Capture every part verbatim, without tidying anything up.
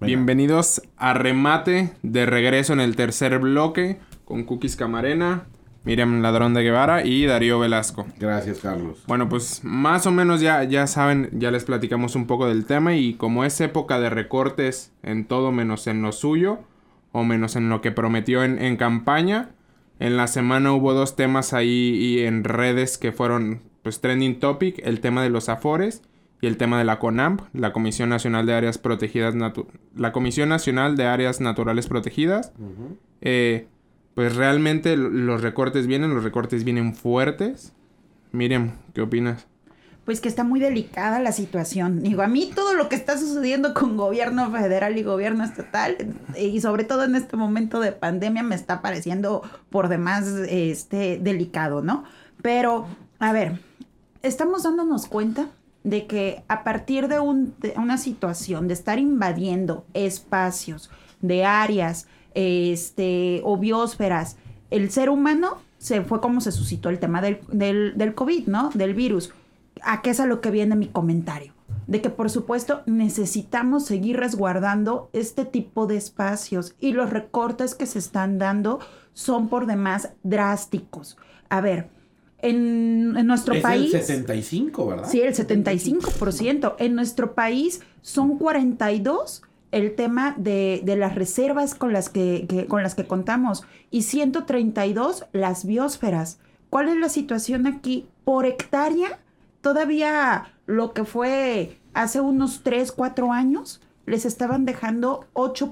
Bienvenidos a Remate, de regreso en el tercer bloque con Cookies Camarena, Miriam Ladrón de Guevara y Darío Velasco. Gracias, Carlos. Bueno, pues más o menos ya, ya saben, ya les platicamos un poco del tema, y como es época de recortes en todo menos en lo suyo, o menos en lo que prometió en, en campaña, en la semana hubo dos temas ahí y en redes que fueron pues trending topic: el tema de los afores y el tema de la CONAMP, la Comisión Nacional de Áreas Protegidas, Natu- la Comisión Nacional de Áreas Naturales Protegidas. Uh-huh. Eh, pues realmente los recortes vienen, los recortes vienen fuertes. Miriam, ¿qué opinas? Pues que está muy delicada la situación. Digo, a mí todo lo que está sucediendo con gobierno federal y gobierno estatal, y sobre todo en este momento de pandemia, me está pareciendo por demás este, delicado, ¿no? Pero, a ver, estamos dándonos cuenta de que a partir de, un, de una situación de estar invadiendo espacios de áreas este, o biosferas, el ser humano se fue como se suscitó el tema del, del, del COVID, ¿no? Del virus. ¿A qué es a lo que viene mi comentario? De que, por supuesto, necesitamos seguir resguardando este tipo de espacios, y los recortes que se están dando son por demás drásticos. A ver, en, en nuestro es país... Es el setenta y cinco, ¿verdad? Sí, el setenta y cinco por ciento. En nuestro país son cuarenta y dos el tema de, de las reservas con las que, que, con las que contamos, y ciento treinta y dos las biosferas. ¿Cuál es la situación aquí? Por hectárea, todavía lo que fue hace unos tres, cuatro años, les estaban dejando ocho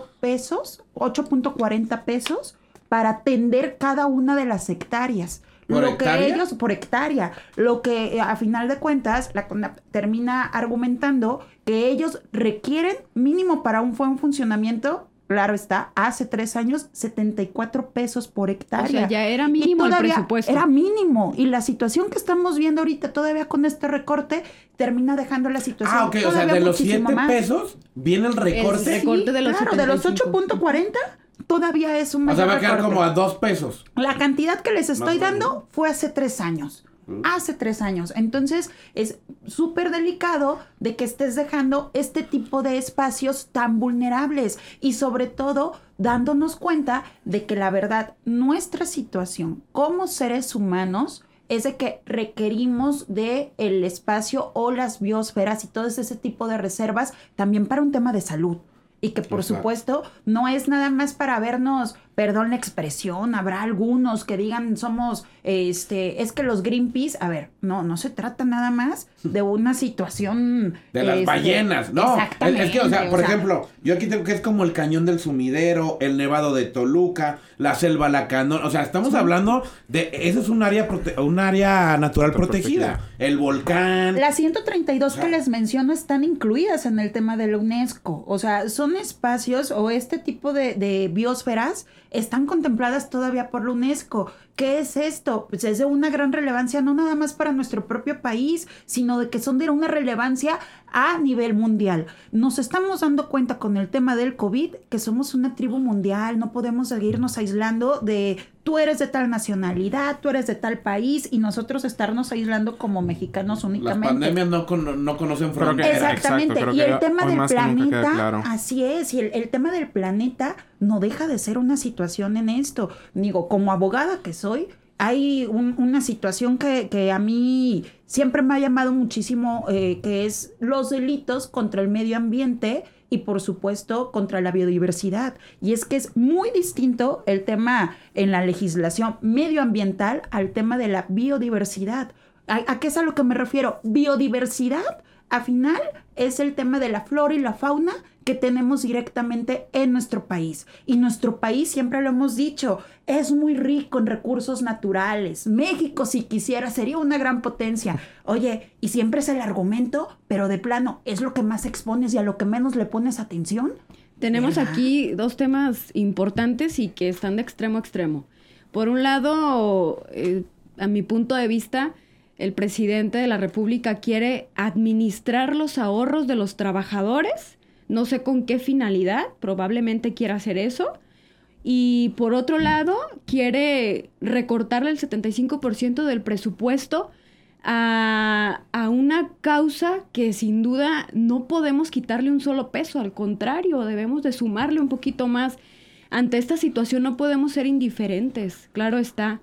pesos, ocho punto cuarenta pesos para atender cada una de las hectáreas. ¿Por lo hectárea? que ellos, por hectárea, lo que a final de cuentas la CONAP termina argumentando que ellos requieren mínimo para un buen funcionamiento, claro está, hace tres años, setenta y cuatro pesos por hectárea. O sea, ya era mínimo el presupuesto. Era mínimo, y la situación que estamos viendo ahorita todavía con este recorte termina dejando la situación Ah, ok, o sea, de los siete pesos viene el recorte. El recorte de los claro, setenta y cinco. de los ocho punto cuarenta todavía es un mayor. O sea, va a quedar recorte. como a dos pesos. La cantidad que les estoy dando fue hace tres años. Hace tres años. Entonces, es súper delicado de que estés dejando este tipo de espacios tan vulnerables, y sobre todo dándonos cuenta de que la verdad, nuestra situación como seres humanos es de que requerimos de el espacio o las biosferas y todo ese tipo de reservas también para un tema de salud. Y que, por Exacto. supuesto, no es nada más para vernos, perdón la expresión, habrá algunos que digan somos, este, es que los Greenpeace, a ver, no, no se trata nada más de una situación... De las este, ballenas, no. Exactamente. Es que, o sea, por o sea, ejemplo, yo aquí tengo que es como el Cañón del Sumidero, el Nevado de Toluca, la Selva Lacandón, o sea, estamos sí. hablando de, eso es un área, prote- un área natural protegida. protegida, el volcán. Las ciento treinta y dos o sea, que les menciono están incluidas en el tema de la UNESCO, o sea, son espacios o este tipo de, de biosferas están contempladas todavía por la UNESCO. ¿Qué es esto? Pues es de una gran relevancia, no nada más para nuestro propio país, sino de que son de una relevancia a nivel mundial. Nos estamos dando cuenta con el tema del COVID que somos una tribu mundial, no podemos seguirnos aislando de tú eres de tal nacionalidad, tú eres de tal país, y nosotros estarnos aislando como mexicanos únicamente. Las pandemias no, con, no conocen fronteras. Exactamente, Exacto, y el que tema del planeta, claro. así es, y el, el tema del planeta no deja de ser una situación en esto. Digo, como abogada que soy, hay un, una situación que, que a mí siempre me ha llamado muchísimo, eh, que es los delitos contra el medio ambiente y, por supuesto, contra la biodiversidad. Y es que es muy distinto el tema en la legislación medioambiental al tema de la biodiversidad. ¿A, a qué es a lo que me refiero? Biodiversidad, al final, es el tema de la flora y la fauna que tenemos directamente en nuestro país. Y nuestro país, siempre lo hemos dicho, es muy rico en recursos naturales. México, si quisiera, sería una gran potencia. Oye, y siempre es el argumento, pero de plano, ¿es lo que más expones y a lo que menos le pones atención? Tenemos ¿verdad? Aquí dos temas importantes y que están de extremo a extremo. Por un lado, eh, a mi punto de vista, el presidente de la República quiere administrar los ahorros de los trabajadores. No sé con qué finalidad, probablemente quiera hacer eso. Y por otro lado, quiere recortarle el setenta y cinco por ciento del presupuesto a, a una causa que sin duda no podemos quitarle un solo peso, al contrario, debemos de sumarle un poquito más. Ante esta situación no podemos ser indiferentes, claro está.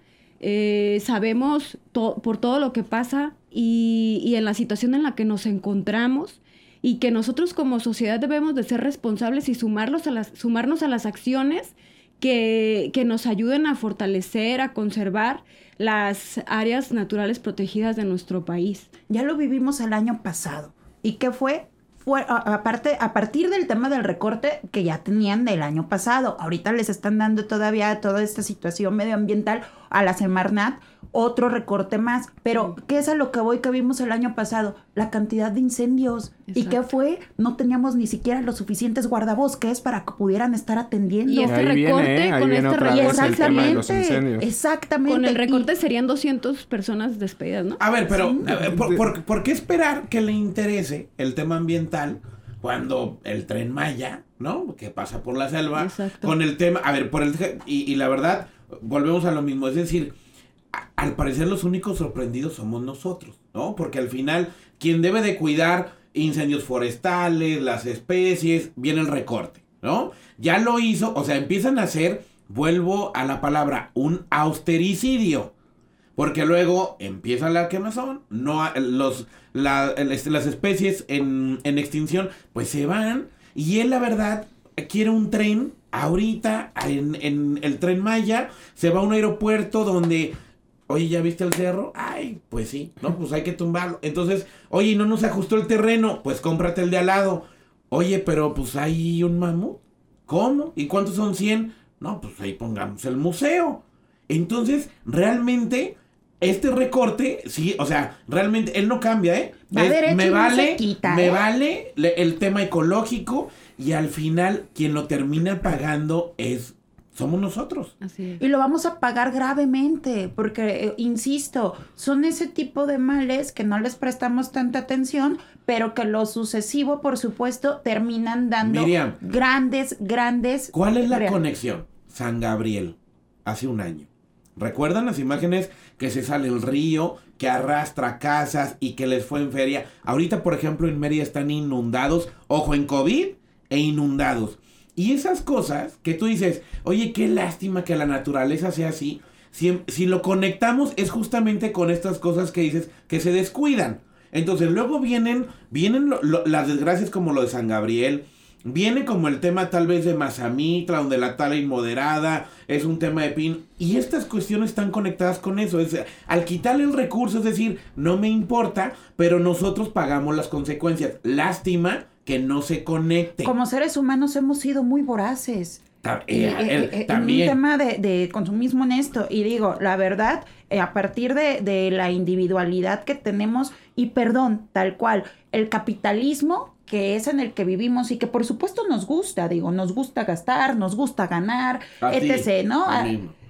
Eh, sabemos to- por todo lo que pasa y, y en la situación en la que nos encontramos, y que nosotros como sociedad debemos de ser responsables y sumarlos a las, sumarnos a las acciones que, que nos ayuden a fortalecer, a conservar las áreas naturales protegidas de nuestro país. Ya lo vivimos el año pasado. ¿Y qué fue? Fue a, aparte, a partir del tema del recorte que ya tenían del año pasado. Ahorita les están dando todavía toda esta situación medioambiental a la Semarnat, otro recorte más. Pero, ¿qué es a lo que voy que vimos el año pasado? La cantidad de incendios. Exacto. ¿Y qué fue? No teníamos ni siquiera los suficientes guardabosques para que pudieran estar atendiendo. Y este y recorte, viene, ¿eh? Con este recorte. Exactamente. Exactamente. Con el recorte y... serían doscientas personas despedidas, ¿no? A ver, pero, sí. a ver, ¿por, por, ¿por qué esperar que le interese el tema ambiental cuando el Tren Maya, ¿no? Que pasa por la selva, exacto, con el tema, a ver, por el y, y la verdad, volvemos a lo mismo, es decir, a, al parecer los únicos sorprendidos somos nosotros, ¿no? Porque al final, quien debe de cuidar incendios forestales, las especies, viene el recorte, ¿no? Ya lo hizo, o sea, empiezan a hacer, vuelvo a la palabra, un austericidio. Porque luego empieza la quemazón, no los la, las especies en, en extinción pues se van, y él la verdad quiere un tren ahorita en, en el Tren Maya, se va a un aeropuerto donde, oye, ¿ya viste el cerro? Ay, pues sí, no, pues hay que tumbarlo. Entonces, oye, no nos ajustó el terreno, pues cómprate el de al lado. Oye, pero pues hay un mamut. ¿Cómo? ¿Y cuántos son cien? No, pues ahí pongamos el museo. Entonces, realmente, este recorte, sí, o sea, realmente, él no cambia, ¿eh? Es, me vale, no quita, me ¿eh? vale le, el tema ecológico, y al final, quien lo termina pagando es, somos nosotros. Así es. Y lo vamos a pagar gravemente, porque, eh, insisto, son ese tipo de males que no les prestamos tanta atención, pero que lo sucesivo, por supuesto, terminan dando Miriam, grandes, grandes... ¿Cuál es la real? conexión? San Gabriel, hace un año. ¿Recuerdan las imágenes que se sale el río, que arrastra casas y que les fue en feria? Ahorita, por ejemplo, en Mérida están inundados, ojo, en COVID e inundados. Y esas cosas que tú dices, oye, qué lástima que la naturaleza sea así. Si, si lo conectamos es justamente con estas cosas que dices que se descuidan. Entonces luego vienen, vienen lo, lo, las desgracias como lo de San Gabriel. Viene como el tema tal vez de Mazamitla, donde la tala inmoderada es un tema de pin. Y estas cuestiones están conectadas con eso. Es, al quitarle el recurso, es decir, no me importa, pero nosotros pagamos las consecuencias. Lástima que no se conecte. Como seres humanos hemos sido muy voraces. Ta- eh, eh, eh, también. En un tema de, de consumismo honesto. Y digo, la verdad, eh, a partir de, de la individualidad que tenemos, y perdón, tal cual, el capitalismo que es en el que vivimos y que por supuesto nos gusta, digo, nos gusta gastar, nos gusta ganar, a etcétera, ti, ¿no? A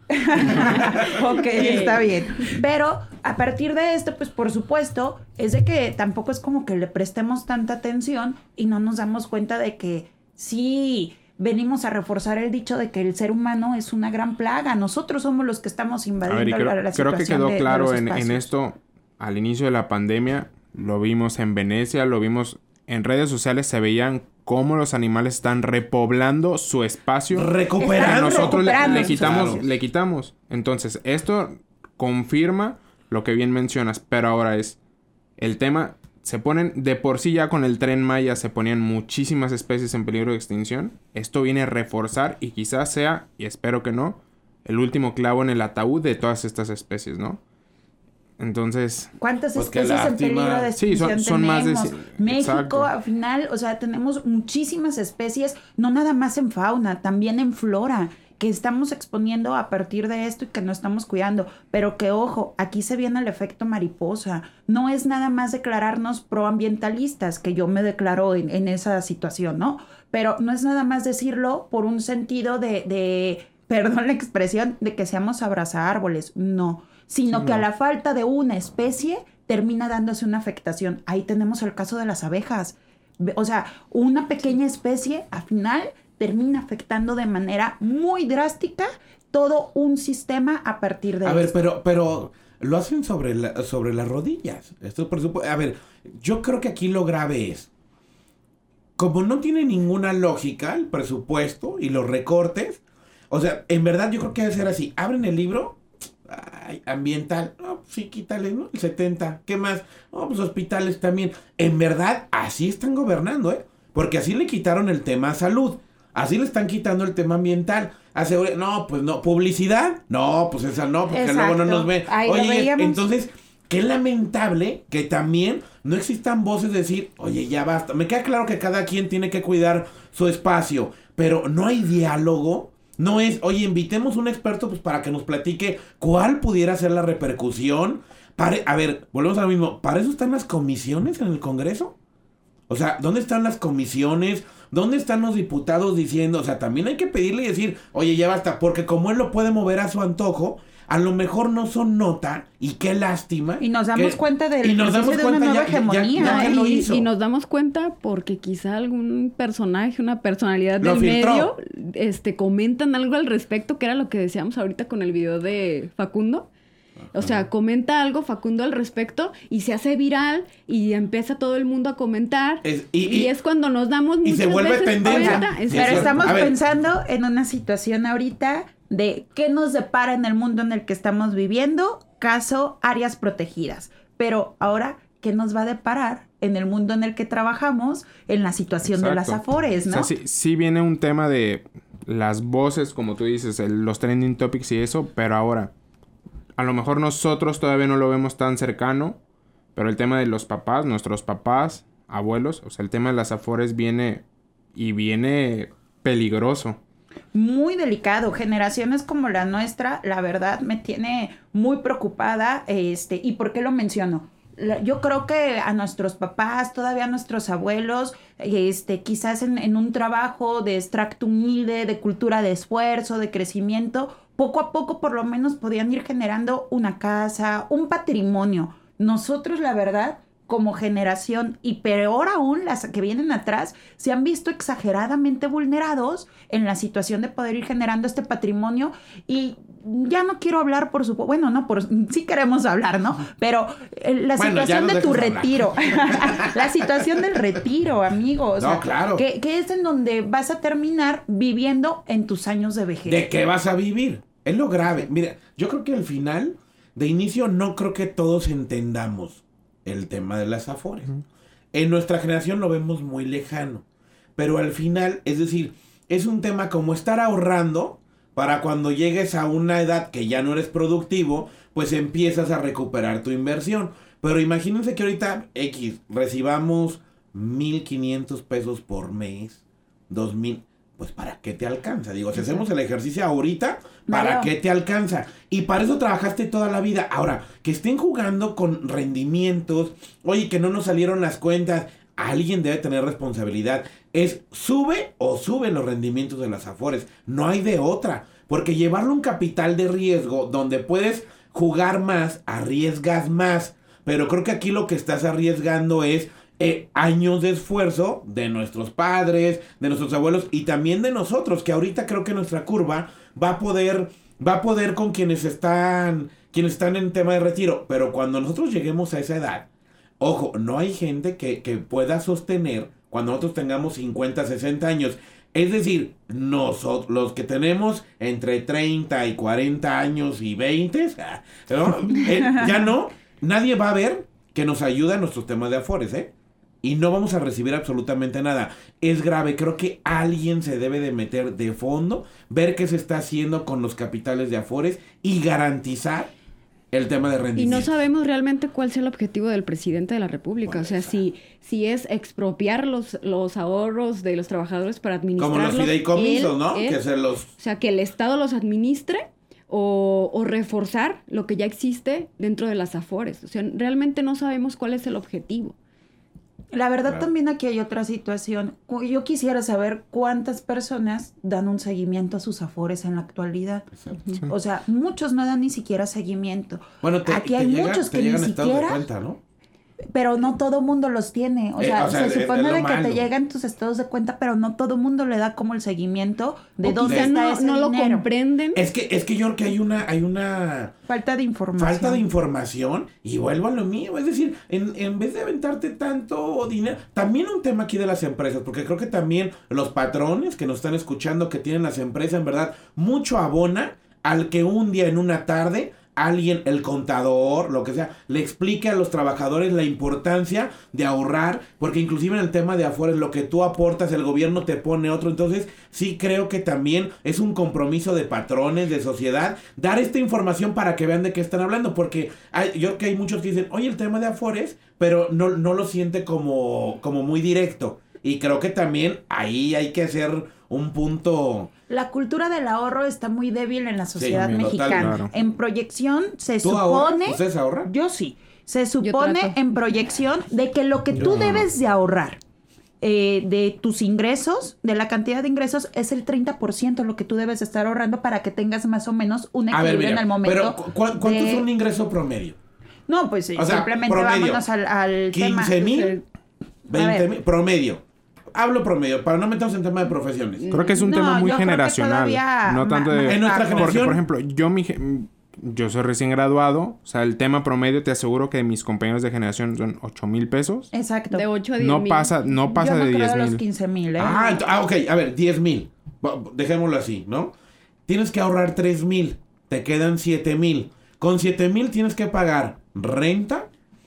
ok, está bien. Pero a partir de esto, pues por supuesto, es de que tampoco es como que le prestemos tanta atención y no nos damos cuenta de que sí venimos a reforzar el dicho de que el ser humano es una gran plaga. Nosotros somos los que estamos invadiendo a ver, creo, la, la creo situación. Creo que quedó de, claro de en, en esto al inicio de la pandemia. Lo vimos en Venecia, lo vimos en redes sociales, se veían cómo los animales están repoblando su espacio. Recuperando. Nosotros le, le quitamos, claro. le quitamos. Entonces, esto confirma lo que bien mencionas. Pero ahora es el tema, se ponen, de por sí ya con el Tren Maya se ponían muchísimas especies en peligro de extinción. Esto viene a reforzar y quizás sea, y espero que no, el último clavo en el ataúd de todas estas especies, ¿no? Entonces... ¿Cuántas pues especies en peligro de extinción sí, son, son tenemos? Más de... México, exacto. Al final, o sea, tenemos muchísimas especies, no nada más en fauna, también en flora, que estamos exponiendo a partir de esto y que no estamos cuidando. Pero que, ojo, aquí se viene el efecto mariposa. No es nada más declararnos proambientalistas, que yo me declaro en, en esa situación, ¿no? Pero no es nada más decirlo por un sentido de, de perdón la expresión, de que seamos abrazaárboles. No. Sino sí, que no. a la falta de una especie termina dándose una afectación. Ahí tenemos el caso de las abejas. O sea, una pequeña especie al final termina afectando de manera muy drástica todo un sistema a partir de A esto. ver, pero, pero lo hacen sobre, la, sobre las rodillas. Esto por supuesto, a ver, yo creo que aquí lo grave es, como no tiene ninguna lógica el presupuesto y los recortes, o sea, en verdad yo creo que debe ser así, abren el libro, ay, ambiental, no, sí, quítale, ¿no? El setenta, ¿qué más? No, pues hospitales también. En verdad, así están gobernando, ¿eh? Porque así le quitaron el tema salud, así le están quitando el tema ambiental. Asegure, no, pues no, publicidad, no, pues esa no, porque Exacto. luego no nos ven. Ahí Oye, entonces, qué lamentable que también no existan voces de decir, oye, ya basta. Me queda claro que cada quien tiene que cuidar su espacio, pero no hay diálogo. No es, oye, invitemos un experto pues para que nos platique cuál pudiera ser la repercusión. Pare, a ver, volvemos a lo mismo. ¿Para eso están las comisiones en el Congreso? O sea, ¿dónde están las comisiones? ¿Dónde están los diputados diciendo? O sea, también hay que pedirle y decir, oye, ya basta, porque como él lo puede mover a su antojo, a lo mejor no son nota, y qué lástima. Y nos damos que, cuenta de, y nos damos de cuenta una nueva ya, hegemonía. Ya, ya, ya y, lo hizo. y nos damos cuenta porque quizá algún personaje, una personalidad Lo del filtró. medio, este, comentan algo al respecto, que era lo que decíamos ahorita con el video de Facundo. O sea, comenta algo Facundo al respecto y se hace viral y empieza todo el mundo a comentar. Es, y, y, y es cuando nos damos y muchas se vuelve veces tendencia. cuenta. Sí, Pero sí, estamos a ver. pensando en una situación ahorita de qué nos depara en el mundo en el que estamos viviendo, caso áreas protegidas. Pero ahora, ¿qué nos va a deparar en el mundo en el que trabajamos en la situación Exacto. de las Afores, ¿no? O sea, sí, sí viene un tema de las voces, como tú dices, el, los trending topics y eso, pero ahora, a lo mejor nosotros todavía no lo vemos tan cercano, pero el tema de los papás, nuestros papás, abuelos, o sea, el tema de las Afores viene y viene peligroso. Muy delicado. Generaciones como la nuestra, la verdad, me tiene muy preocupada. Este, ¿y por qué lo menciono? Yo creo que a nuestros papás, todavía a nuestros abuelos, este, quizás en, en un trabajo de extracto humilde, de cultura de esfuerzo, de crecimiento, poco a poco por lo menos podían ir generando una casa, un patrimonio. Nosotros, la verdad, como generación, y peor aún las que vienen atrás, se han visto exageradamente vulnerados en la situación de poder ir generando este patrimonio. Y ya no quiero hablar, por supuesto, bueno, no, por sí queremos hablar, ¿no? Pero eh, la bueno, situación de tu hablar. retiro, la situación del retiro, amigos. No, claro. Que, que es en donde vas a terminar viviendo en tus años de vejez. ¿De qué vas a vivir? Es lo grave. Mira, yo creo que al final, de inicio, no creo que todos entendamos el tema de las Afores. Uh-huh. En nuestra generación lo vemos muy lejano. Pero al final, es decir, es un tema como estar ahorrando para cuando llegues a una edad que ya no eres productivo, pues empiezas a recuperar tu inversión. Pero imagínense que ahorita X recibamos mil quinientos pesos por mes, dos mil, pues ¿para qué te alcanza? Digo, si hacemos el ejercicio ahorita, ¿para Mario. qué te alcanza? Y para eso trabajaste toda la vida. Ahora, que estén jugando con rendimientos, oye, que no nos salieron las cuentas, alguien debe tener responsabilidad. Es sube o sube los rendimientos de las Afores. No hay de otra. Porque llevarlo a un capital de riesgo donde puedes jugar más, arriesgas más. Pero creo que aquí lo que estás arriesgando es eh, años de esfuerzo de nuestros padres, de nuestros abuelos y también de nosotros. Que ahorita creo que nuestra curva va a poder, va a poder con quienes están, quienes están en tema de retiro. Pero cuando nosotros lleguemos a esa edad, ojo, no hay gente que, que pueda sostener cuando nosotros tengamos cincuenta, sesenta años. Es decir, nosotros, los que tenemos entre treinta y cuarenta años y veinte, ¿no? eh, ya no, nadie va a ver que nos ayuda en nuestros temas de Afores, ¿eh? Y no vamos a recibir absolutamente nada. Es grave, creo que alguien se debe de meter de fondo, ver qué se está haciendo con los capitales de Afores y garantizar el tema de rendimiento. Y no sabemos realmente cuál sea el objetivo del presidente de la República. Bueno, o sea, si, si es expropiar los, los ahorros de los trabajadores para administrarlos. Como los fideicomisos, él, ¿no? Él, que se los... O sea, que el Estado los administre o, o reforzar lo que ya existe dentro de las Afores. O sea, realmente no sabemos cuál es el objetivo. La verdad, claro. También aquí hay otra situación. Yo quisiera saber cuántas personas dan un seguimiento a sus Afores en la actualidad. Sí. O sea, muchos no dan ni siquiera seguimiento. Bueno, te, aquí te hay llega, muchos te que ni siquiera... de cuenta, ¿no? pero no todo mundo los tiene. O sea, eh, o sea se supone es, es de que malo. Te llegan tus estados de cuenta, pero no todo mundo le da como el seguimiento de o dónde está no, ese no dinero. Lo comprenden. Es que, es que yo creo que hay una, hay una falta de información. Falta de información y vuelvo a lo mío. Es decir, en, en vez de aventarte tanto dinero, también un tema aquí de las empresas, porque creo que también los patrones que nos están escuchando, que tienen las empresas, en verdad, mucho abona al que un día en una tarde alguien, el contador, lo que sea, le explique a los trabajadores la importancia de ahorrar, porque inclusive en el tema de Afores, lo que tú aportas, el gobierno te pone otro. Entonces, sí creo que también es un compromiso de patrones, de sociedad, dar esta información para que vean de qué están hablando, porque hay, yo creo que hay muchos que dicen, oye, el tema de Afores, pero no, no lo siente como, como muy directo. Y creo que también ahí hay que hacer un punto. La cultura del ahorro está muy débil en la sociedad sí, mexicana. Total, claro. En proyección se ¿Tú supone. Ahorras? ¿Ustedes ahorran? Yo sí. Se supone en proyección de que lo que tú yo debes no. de ahorrar eh, de tus ingresos, de la cantidad de ingresos, es el treinta por ciento lo que tú debes estar ahorrando para que tengas más o menos un equilibrio ver, mira, en el momento. Pero, ¿cu ¿cuánto de... es un ingreso promedio? No, pues sí, o sea, simplemente promedio, vámonos al, al tema. quince mil, veinte mil, promedio. Hablo promedio, para no meternos en tema de profesiones. Creo que es un no, tema muy generacional. No tanto de... En nuestra generación... Porque, por ejemplo, yo mi... Yo soy recién graduado. O sea, el tema promedio te aseguro que mis compañeros de generación son ocho mil pesos. Exacto. De ocho a diez no mil. Pasa, no pasa yo de diez mil. Yo los quince mil, ¿eh? Ah, ah, ok. A ver, diez mil. Dejémoslo así, ¿no? Tienes que ahorrar tres mil. Te quedan siete mil. Con siete mil tienes que pagar renta,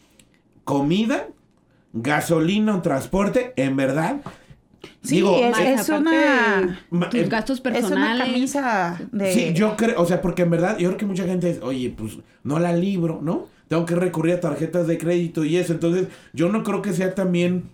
comida, gasolina o transporte, en verdad. Sí, Digo, es, es una... Tus eh, gastos personales. Es una camisa de... Sí, yo creo, o sea, porque en verdad, yo creo que mucha gente es, oye, pues, no la libro, ¿no? Tengo que recurrir a tarjetas de crédito y eso, entonces, yo no creo que sea también...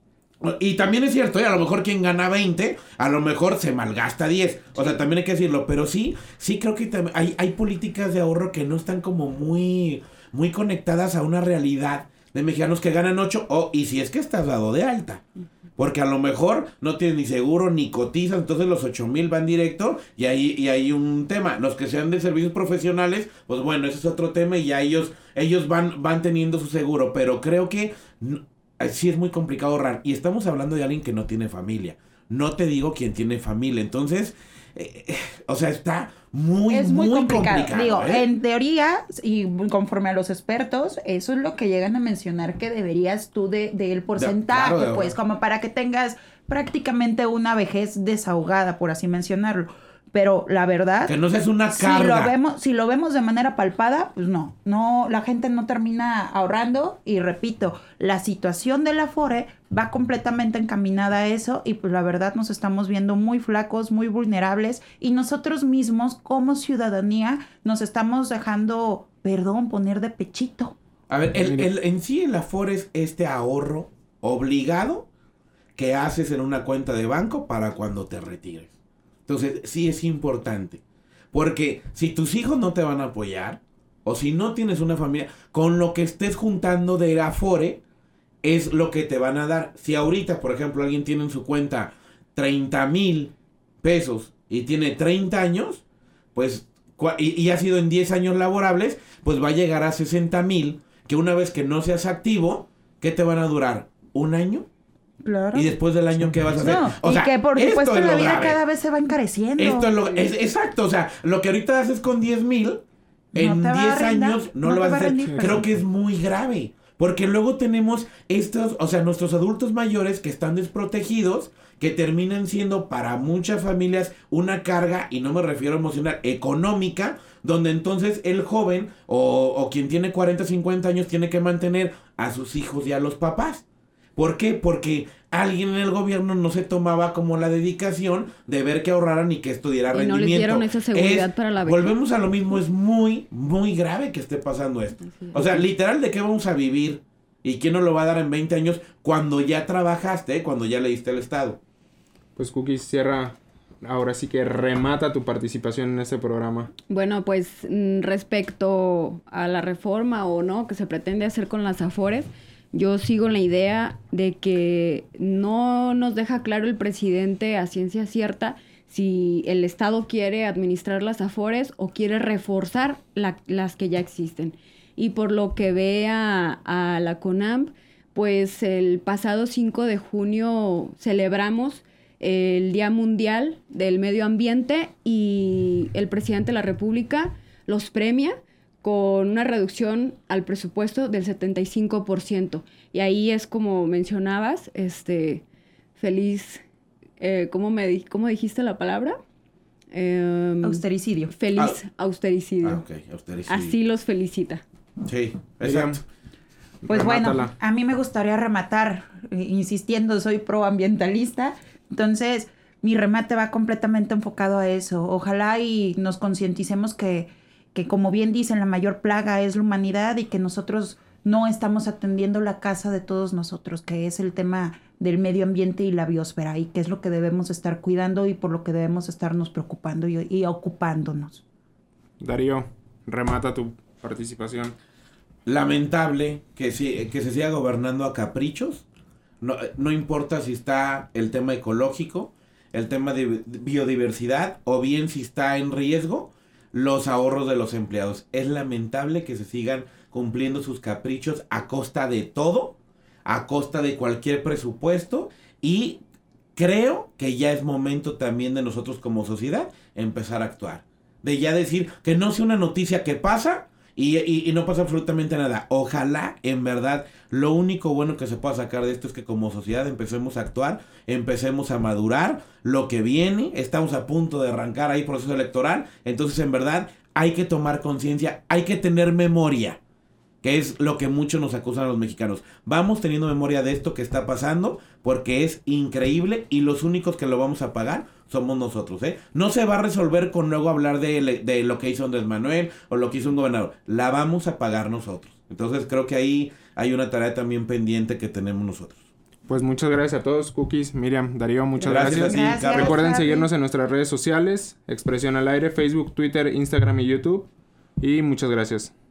Y también es cierto, ¿eh? A lo mejor quien gana veinte, a lo mejor se malgasta diez. O sea, también hay que decirlo, pero sí, sí creo que hay, hay políticas de ahorro que no están como muy, muy conectadas a una realidad de mexicanos que ganan ocho, oh, y si es que estás dado de alta. Porque a lo mejor no tienes ni seguro ni cotizas, entonces los ocho mil van directo y ahí y hay un tema. Los que sean de servicios profesionales, pues bueno, ese es otro tema y ya ellos ellos van van teniendo su seguro. Pero creo que no, sí es muy complicado ahorrar. Y estamos hablando de alguien que no tiene familia. No te digo quien tiene familia. Entonces, eh, eh, o sea, está muy, es muy, muy complicado. complicado. Digo, ¿eh? En teoría, y conforme a los expertos, eso es lo que llegan a mencionar que deberías tú de del porcentaje, de, claro, de pues, como para que tengas prácticamente una vejez desahogada, por así mencionarlo. Pero la verdad, que no seas una carga. Si lo vemos, si lo vemos de manera palpada, pues no, no, la gente no termina ahorrando. Y repito, la situación del Afore va completamente encaminada a eso y pues la verdad nos estamos viendo muy flacos, muy vulnerables y nosotros mismos como ciudadanía nos estamos dejando, perdón, poner de pechito. A ver, el, el, en sí el Afore es este ahorro obligado que haces en una cuenta de banco para cuando te retires. Entonces, sí es importante. Porque si tus hijos no te van a apoyar, o si no tienes una familia, con lo que estés juntando de Afore, es lo que te van a dar. Si ahorita, por ejemplo, alguien tiene en su cuenta treinta mil pesos y tiene treinta años, pues, y, y ha sido en diez años laborables, pues va a llegar a sesenta mil, que una vez que no seas activo, ¿qué te van a durar? ¿Un año? Claro. Y después del año, ¿qué vas a hacer? No, o y sea, que por supuesto la vida grave. cada vez se va encareciendo. Esto es lo es, exacto, o sea, lo que ahorita haces con diez mil, en no diez años no, no lo vas a hacer. Rendir, Creo que es muy grave. Porque luego tenemos estos, o sea, nuestros adultos mayores que están desprotegidos, que terminan siendo para muchas familias una carga, y no me refiero emocional, económica, donde entonces el joven o, o quien tiene cuarenta, cincuenta años tiene que mantener a sus hijos y a los papás. ¿Por qué? Porque alguien en el gobierno no se tomaba como la dedicación de ver que ahorraran y que esto diera y rendimiento. no les dieron esa seguridad es, para la vejez. Volvemos a lo mismo, es muy, muy grave que esté pasando esto. O sea, literal, ¿de qué vamos a vivir? ¿Y quién nos lo va a dar en veinte años cuando ya trabajaste, cuando ya le diste al Estado? Pues Cookies, cierra, ahora sí que remata tu participación en este programa. Bueno, pues respecto a la reforma o no que se pretende hacer con las Afores, yo sigo en la idea de que no nos deja claro el presidente a ciencia cierta si el Estado quiere administrar las Afores o quiere reforzar la, las que ya existen. y por lo que ve a, a la CONAMP, pues el pasado cinco de junio celebramos el Día Mundial del Medio Ambiente y el presidente de la República los premia con una reducción al presupuesto del setenta y cinco por ciento. Y ahí es como mencionabas, este, feliz, eh, ¿cómo, me di- ¿cómo dijiste la palabra? Eh, Austericidio. Feliz Ah. austericidio. Ah, ok, austericidio. Así los felicita. Sí, exacto. Pues Remátala. bueno, a mí me gustaría rematar, eh, insistiendo, soy proambientalista, entonces mi remate va completamente enfocado a eso. Ojalá y nos concienticemos que, que, como bien dicen, la mayor plaga es la humanidad y que nosotros no estamos atendiendo la casa de todos nosotros, que es el tema del medio ambiente y la biosfera, y que es lo que debemos estar cuidando y por lo que debemos estarnos preocupando y, y ocupándonos. Darío, remata tu participación. Lamentable que, si, que se siga gobernando a caprichos. No, no importa si está el tema ecológico, el tema de biodiversidad o bien si está en riesgo los ahorros de los empleados. Es lamentable que se sigan cumpliendo sus caprichos a costa de todo, a costa de cualquier presupuesto, y creo que ya es momento también de nosotros como sociedad empezar a actuar. De ya decir que no sea una noticia que pasa y, y, y no pasa absolutamente nada. Ojalá, en verdad, lo único bueno que se pueda sacar de esto es que como sociedad empecemos a actuar, empecemos a madurar lo que viene. Estamos a punto de arrancar ahí proceso electoral. Entonces, en verdad, hay que tomar conciencia, hay que tener memoria, que es lo que muchos nos acusan a los mexicanos. Vamos teniendo memoria de esto que está pasando, porque es increíble y los únicos que lo vamos a pagar somos nosotros, ¿eh? No se va a resolver con luego hablar de, de lo que hizo Andrés Manuel o lo que hizo un gobernador. La vamos a pagar nosotros. Entonces creo que ahí hay una tarea también pendiente que tenemos nosotros. Pues muchas gracias a todos, Cookies, Miriam, Darío, muchas Gracias gracias. a ti, Gracias. Carlos. Recuerden Javi. seguirnos en nuestras redes sociales, Expresión al Aire, Facebook, Twitter, Instagram y YouTube. Y muchas gracias.